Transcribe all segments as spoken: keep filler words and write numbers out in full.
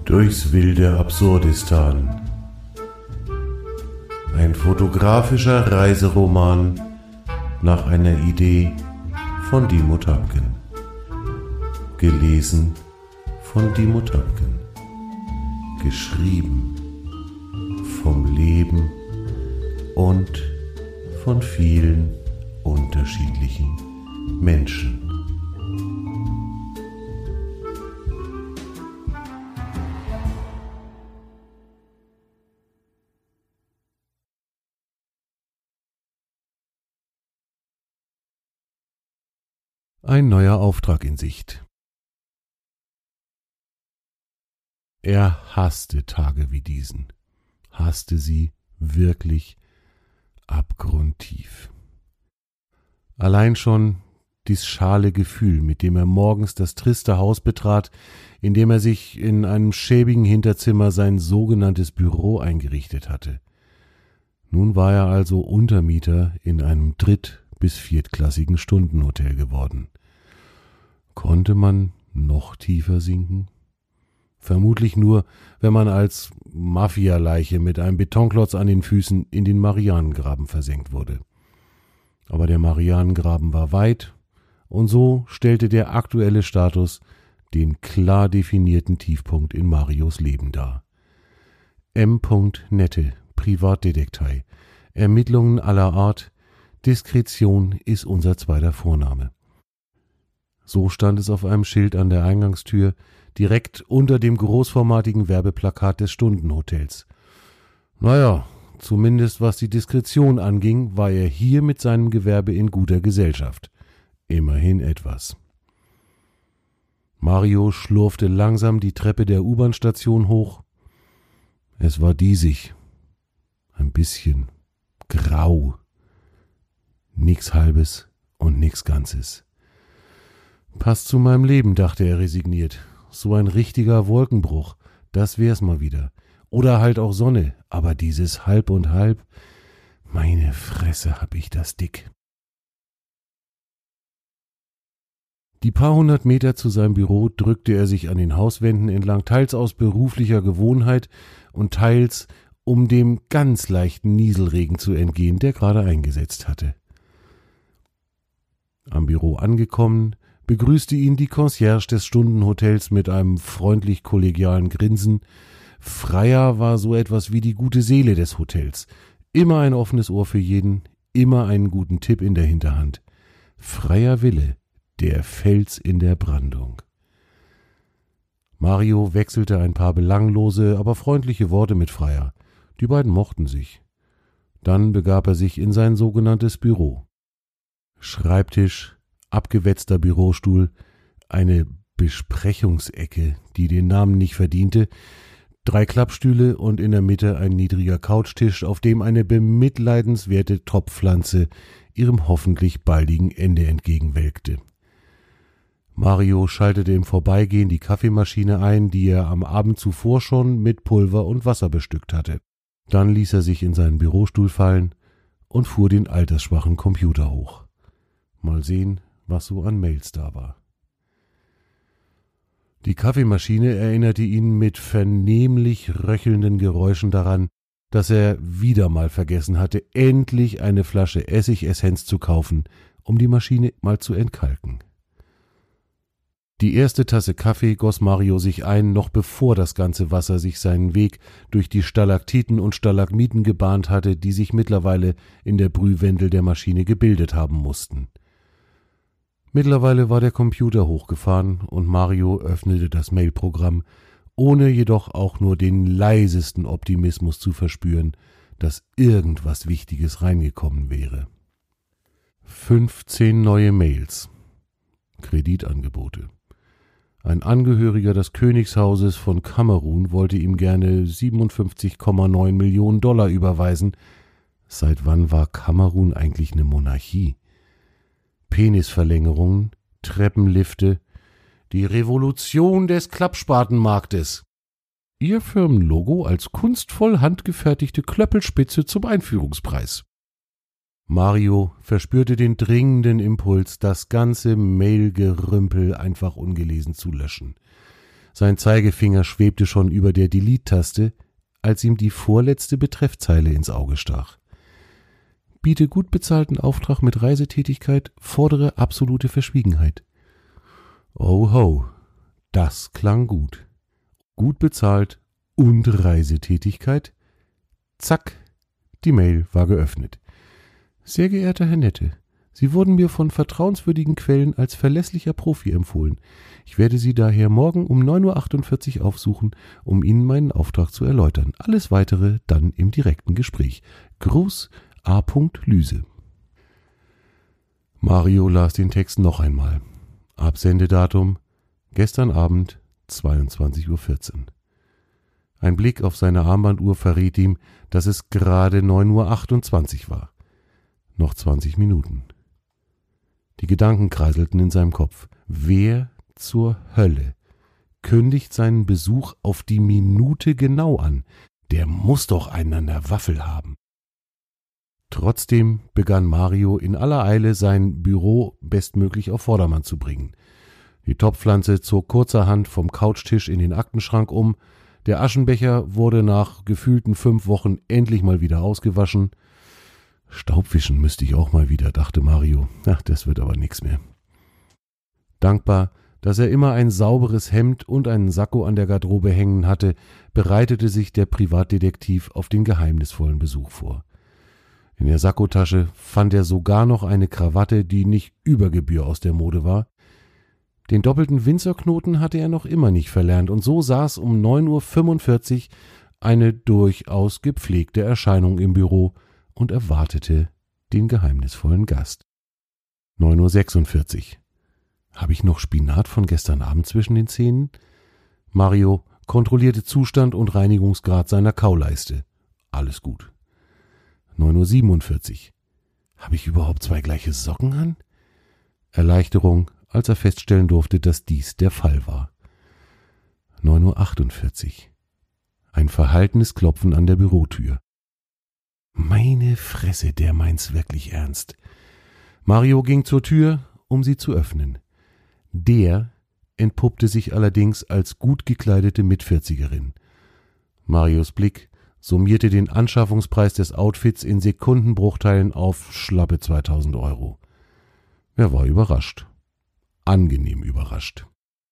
Durchs wilde Absurdistan. Ein fotografischer Reiseroman nach einer Idee von Dimo Tapken. Gelesen von Dimo Tapken. Geschrieben vom Leben und von vielen unterschiedlichen Menschen. Ein neuer Auftrag in Sicht. Er hasste Tage wie diesen, hasste sie wirklich abgrundtief. Allein schon dies schale Gefühl, mit dem er morgens das triste Haus betrat, in dem er sich in einem schäbigen Hinterzimmer sein sogenanntes Büro eingerichtet hatte. Nun war er also Untermieter in einem dritt- bis viertklassigen Stundenhotel geworden. Konnte man noch tiefer sinken? Vermutlich nur, wenn man als Mafialeiche mit einem Betonklotz an den Füßen in den Marianengraben versenkt wurde. Aber der Marianengraben war weit, und so stellte der aktuelle Status den klar definierten Tiefpunkt in Marios Leben dar. M. Nette, Privatdetektei, Ermittlungen aller Art, Diskretion ist unser zweiter Vorname. So stand es auf einem Schild an der Eingangstür, direkt unter dem großformatigen Werbeplakat des Stundenhotels. Naja, zumindest was die Diskretion anging, war er hier mit seinem Gewerbe in guter Gesellschaft. Immerhin etwas. Mario schlurfte langsam die Treppe der U-Bahn-Station hoch. Es war diesig, ein bisschen grau, nix Halbes und nix Ganzes. Passt zu meinem Leben, dachte er resigniert. So ein richtiger Wolkenbruch, das wär's mal wieder. Oder halt auch Sonne, aber dieses Halb und Halb, meine Fresse, hab ich das dick. Die paar hundert Meter zu seinem Büro drückte er sich an den Hauswänden entlang, teils aus beruflicher Gewohnheit und teils, um dem ganz leichten Nieselregen zu entgehen, der gerade eingesetzt hatte. Am Büro angekommen, begrüßte ihn die Concierge des Stundenhotels mit einem freundlich kollegialen Grinsen. Freya war so etwas wie die gute Seele des Hotels. Immer ein offenes Ohr für jeden, immer einen guten Tipp in der Hinterhand. Freier Wille, der Fels in der Brandung. Mario wechselte ein paar belanglose, aber freundliche Worte mit Freya. Die beiden mochten sich. Dann begab er sich in sein sogenanntes Büro. Schreibtisch, abgewetzter Bürostuhl, eine Besprechungsecke, die den Namen nicht verdiente, drei Klappstühle und in der Mitte ein niedriger Couchtisch, auf dem eine bemitleidenswerte Topfpflanze ihrem hoffentlich baldigen Ende entgegenwelkte. Mario schaltete im Vorbeigehen die Kaffeemaschine ein, die er am Abend zuvor schon mit Pulver und Wasser bestückt hatte. Dann ließ er sich in seinen Bürostuhl fallen und fuhr den altersschwachen Computer hoch. Mal sehen, was so an Mails da war. Die Kaffeemaschine erinnerte ihn mit vernehmlich röchelnden Geräuschen daran, dass er wieder mal vergessen hatte, endlich eine Flasche Essigessenz zu kaufen, um die Maschine mal zu entkalken. Die erste Tasse Kaffee goss Mario sich ein, noch bevor das ganze Wasser sich seinen Weg durch die Stalaktiten und Stalagmiten gebahnt hatte, die sich mittlerweile in der Brühwendel der Maschine gebildet haben mussten. Mittlerweile war der Computer hochgefahren und Mario öffnete das Mailprogramm, ohne jedoch auch nur den leisesten Optimismus zu verspüren, dass irgendwas Wichtiges reingekommen wäre. fünfzehn neue Mails. Kreditangebote. Ein Angehöriger des Königshauses von Kamerun wollte ihm gerne siebenundfünfzig Komma neun Millionen Dollar überweisen. Seit wann war Kamerun eigentlich eine Monarchie? Penisverlängerungen, Treppenlifte, die Revolution des Klappspatenmarktes. Ihr Firmenlogo als kunstvoll handgefertigte Klöppelspitze zum Einführungspreis. Mario verspürte den dringenden Impuls, das ganze Mailgerümpel einfach ungelesen zu löschen. Sein Zeigefinger schwebte schon über der Delete-Taste, als ihm die vorletzte Betreffzeile ins Auge stach. Biete gut bezahlten Auftrag mit Reisetätigkeit, fordere absolute Verschwiegenheit. Oh ho, das klang gut. Gut bezahlt und Reisetätigkeit? Zack, die Mail war geöffnet. Sehr geehrter Herr Nette, Sie wurden mir von vertrauenswürdigen Quellen als verlässlicher Profi empfohlen. Ich werde Sie daher morgen um neun Uhr achtundvierzig aufsuchen, um Ihnen meinen Auftrag zu erläutern. Alles Weitere dann im direkten Gespräch. Gruß A. Lüse. Mario las den Text noch einmal. Absendedatum gestern Abend zweiundzwanzig Uhr vierzehn. Ein Blick auf seine Armbanduhr verriet ihm, dass es gerade neun Uhr achtundzwanzig war. Noch zwanzig Minuten. Die Gedanken kreiselten in seinem Kopf. Wer zur Hölle kündigt seinen Besuch auf die Minute genau an? Der muss doch einen an der Waffel haben. Trotzdem begann Mario in aller Eile sein Büro bestmöglich auf Vordermann zu bringen. Die Topfpflanze zog kurzerhand vom Couchtisch in den Aktenschrank um, der Aschenbecher wurde nach gefühlten fünf Wochen endlich mal wieder ausgewaschen. Staubwischen müsste ich auch mal wieder, dachte Mario. Ach, das wird aber nichts mehr. Dankbar, dass er immer ein sauberes Hemd und einen Sakko an der Garderobe hängen hatte, bereitete sich der Privatdetektiv auf den geheimnisvollen Besuch vor. In der Sakkotasche fand er sogar noch eine Krawatte, die nicht über Gebühr aus der Mode war. Den doppelten Windsorknoten hatte er noch immer nicht verlernt, und so saß um neun Uhr fünfundvierzig eine durchaus gepflegte Erscheinung im Büro und erwartete den geheimnisvollen Gast. neun Uhr sechsundvierzig. Habe ich noch Spinat von gestern Abend zwischen den Zähnen? Mario kontrollierte Zustand und Reinigungsgrad seiner Kauleiste. Alles gut. neun Uhr siebenundvierzig. Habe ich überhaupt zwei gleiche Socken an? Erleichterung, als er feststellen durfte, dass dies der Fall war. neun Uhr achtundvierzig. Ein verhaltenes Klopfen an der Bürotür. Meine Fresse, der meint's wirklich ernst. Mario ging zur Tür, um sie zu öffnen. Der entpuppte sich allerdings als gut gekleidete Mitvierzigerin. Marios Blick summierte den Anschaffungspreis des Outfits in Sekundenbruchteilen auf schlappe zweitausend Euro. Er war überrascht. Angenehm überrascht.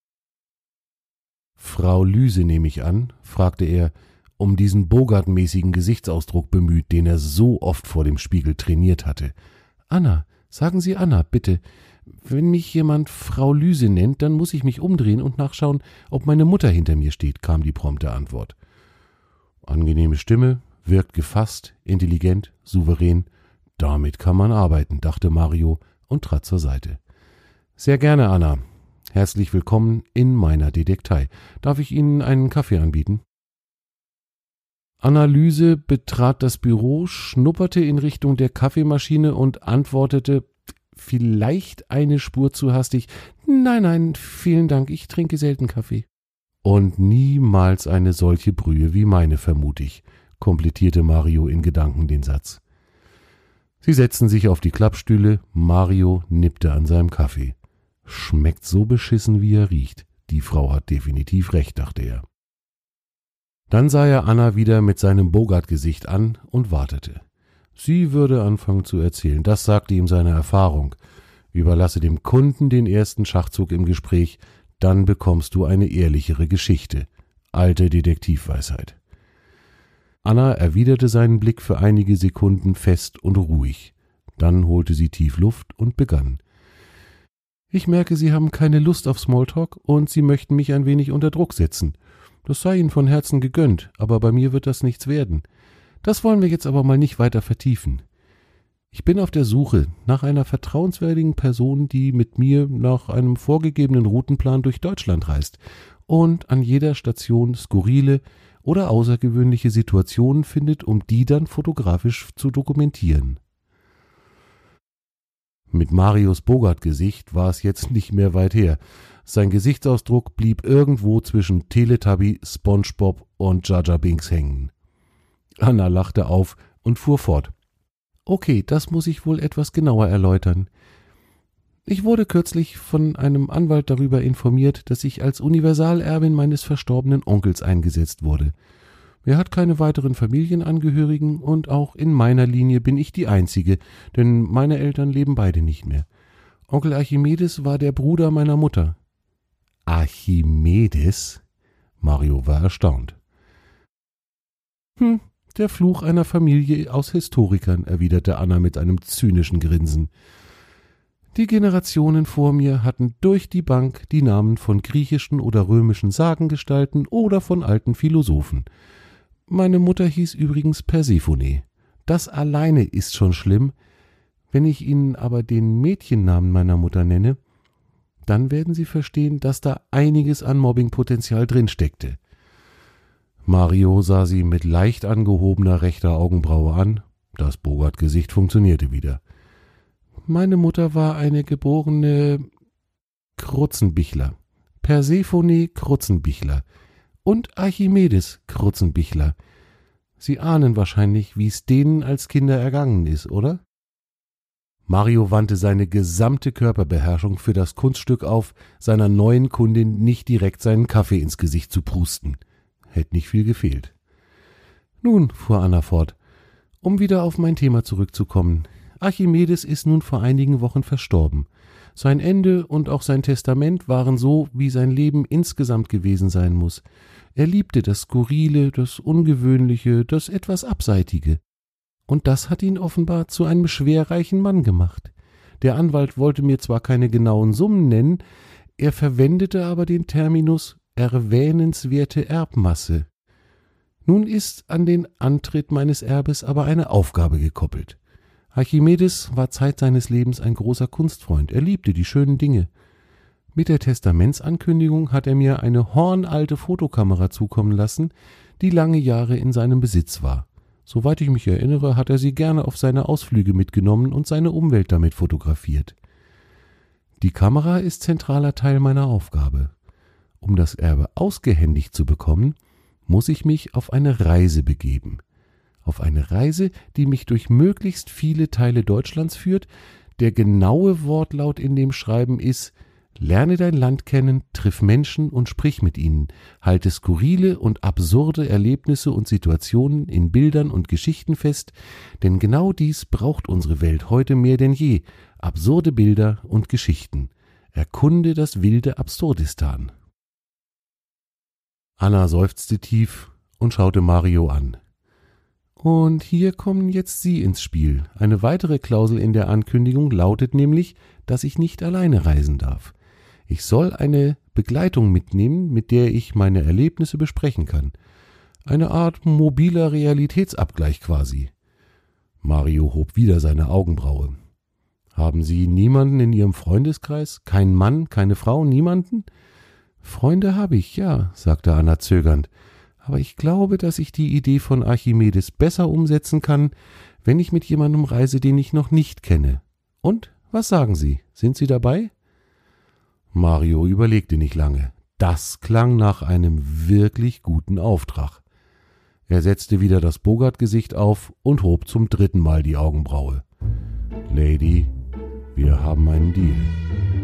Frau Lüse, nehme ich an, fragte er, um diesen Bogart-mäßigen Gesichtsausdruck bemüht, den er so oft vor dem Spiegel trainiert hatte. Anna, sagen Sie Anna, bitte. Wenn mich jemand Frau Lüse nennt, dann muss ich mich umdrehen und nachschauen, ob meine Mutter hinter mir steht, kam die prompte Antwort. Angenehme Stimme, wirkt gefasst, intelligent, souverän. Damit kann man arbeiten, dachte Mario und trat zur Seite. Sehr gerne, Anna. Herzlich willkommen in meiner Detektei. Darf ich Ihnen einen Kaffee anbieten? Anna Lüse betrat das Büro, schnupperte in Richtung der Kaffeemaschine und antwortete, vielleicht eine Spur zu hastig, nein, nein, vielen Dank, ich trinke selten Kaffee. Und niemals eine solche Brühe wie meine, vermute ich, komplettierte Mario in Gedanken den Satz. Sie setzten sich auf die Klappstühle, Mario nippte an seinem Kaffee. Schmeckt so beschissen, wie er riecht. Die Frau hat definitiv recht, dachte er. Dann sah er Anna wieder mit seinem Bogart-Gesicht an und wartete. Sie würde anfangen zu erzählen, das sagte ihm seine Erfahrung. Überlasse dem Kunden den ersten Schachzug im Gespräch, dann bekommst du eine ehrlichere Geschichte. Alte Detektivweisheit. Anna erwiderte seinen Blick für einige Sekunden fest und ruhig. Dann holte sie tief Luft und begann. Ich merke, Sie haben keine Lust auf Smalltalk und Sie möchten mich ein wenig unter Druck setzen. Das sei Ihnen von Herzen gegönnt, aber bei mir wird das nichts werden. Das wollen wir jetzt aber mal nicht weiter vertiefen. Ich bin auf der Suche nach einer vertrauenswürdigen Person, die mit mir nach einem vorgegebenen Routenplan durch Deutschland reist und an jeder Station skurrile oder außergewöhnliche Situationen findet, um die dann fotografisch zu dokumentieren. Mit Marios Bogart-Gesicht war es jetzt nicht mehr weit her. Sein Gesichtsausdruck blieb irgendwo zwischen Teletubby, SpongeBob und Jar Jar Binks hängen. Anna lachte auf und fuhr fort. Okay, das muss ich wohl etwas genauer erläutern. Ich wurde kürzlich von einem Anwalt darüber informiert, dass ich als Universalerbin meines verstorbenen Onkels eingesetzt wurde. Er hat keine weiteren Familienangehörigen und auch in meiner Linie bin ich die Einzige, denn meine Eltern leben beide nicht mehr. Onkel Archimedes war der Bruder meiner Mutter. Archimedes? Mario war erstaunt. Hm, der Fluch einer Familie aus Historikern, erwiderte Anna mit einem zynischen Grinsen. Die Generationen vor mir hatten durch die Bank die Namen von griechischen oder römischen Sagengestalten oder von alten Philosophen. Meine Mutter hieß übrigens Persephone. Das alleine ist schon schlimm. Wenn ich Ihnen aber den Mädchennamen meiner Mutter nenne, dann werden Sie verstehen, dass da einiges an Mobbingpotenzial drinsteckte. Mario sah sie mit leicht angehobener rechter Augenbraue an. Das Bogart-Gesicht funktionierte wieder. Meine Mutter war eine geborene Krutzenbichler, Persephone Krutzenbichler und Archimedes Krutzenbichler. Sie ahnen wahrscheinlich, wie es denen als Kinder ergangen ist, oder? Mario wandte seine gesamte Körperbeherrschung für das Kunststück auf, seiner neuen Kundin nicht direkt seinen Kaffee ins Gesicht zu pusten. Hätte nicht viel gefehlt. Nun, fuhr Anna fort, um wieder auf mein Thema zurückzukommen. Archimedes ist nun vor einigen Wochen verstorben. Sein Ende und auch sein Testament waren so, wie sein Leben insgesamt gewesen sein muss. Er liebte das Skurrile, das Ungewöhnliche, das etwas Abseitige. Und das hat ihn offenbar zu einem schwerreichen Mann gemacht. Der Anwalt wollte mir zwar keine genauen Summen nennen, er verwendete aber den Terminus erwähnenswerte Erbmasse. Nun ist an den Antritt meines Erbes aber eine Aufgabe gekoppelt. Archimedes war Zeit seines Lebens ein großer Kunstfreund, er liebte die schönen Dinge. Mit der Testamentsankündigung hat er mir eine hornalte Fotokamera zukommen lassen, die lange Jahre in seinem Besitz war. Soweit ich mich erinnere, hat er sie gerne auf seine Ausflüge mitgenommen und seine Umwelt damit fotografiert. Die Kamera ist zentraler Teil meiner Aufgabe. Um das Erbe ausgehändigt zu bekommen, muss ich mich auf eine Reise begeben. Auf eine Reise, die mich durch möglichst viele Teile Deutschlands führt. Der genaue Wortlaut in dem Schreiben ist: Lerne dein Land kennen, triff Menschen und sprich mit ihnen, halte skurrile und absurde Erlebnisse und Situationen in Bildern und Geschichten fest, denn genau dies braucht unsere Welt heute mehr denn je, absurde Bilder und Geschichten. Erkunde das wilde Absurdistan. Anna seufzte tief und schaute Mario an. Und hier kommen jetzt Sie ins Spiel. Eine weitere Klausel in der Ankündigung lautet nämlich, dass ich nicht alleine reisen darf. Ich soll eine Begleitung mitnehmen, mit der ich meine Erlebnisse besprechen kann. Eine Art mobiler Realitätsabgleich quasi. Mario hob wieder seine Augenbraue. Haben Sie niemanden in Ihrem Freundeskreis? Keinen Mann, keine Frau, niemanden? Freunde habe ich, ja, sagte Anna zögernd. Aber ich glaube, dass ich die Idee von Archimedes besser umsetzen kann, wenn ich mit jemandem reise, den ich noch nicht kenne. Und, was sagen Sie? Sind Sie dabei? Mario überlegte nicht lange. Das klang nach einem wirklich guten Auftrag. Er setzte wieder das Bogart-Gesicht auf und hob zum dritten Mal die Augenbraue. Lady, wir haben einen Deal.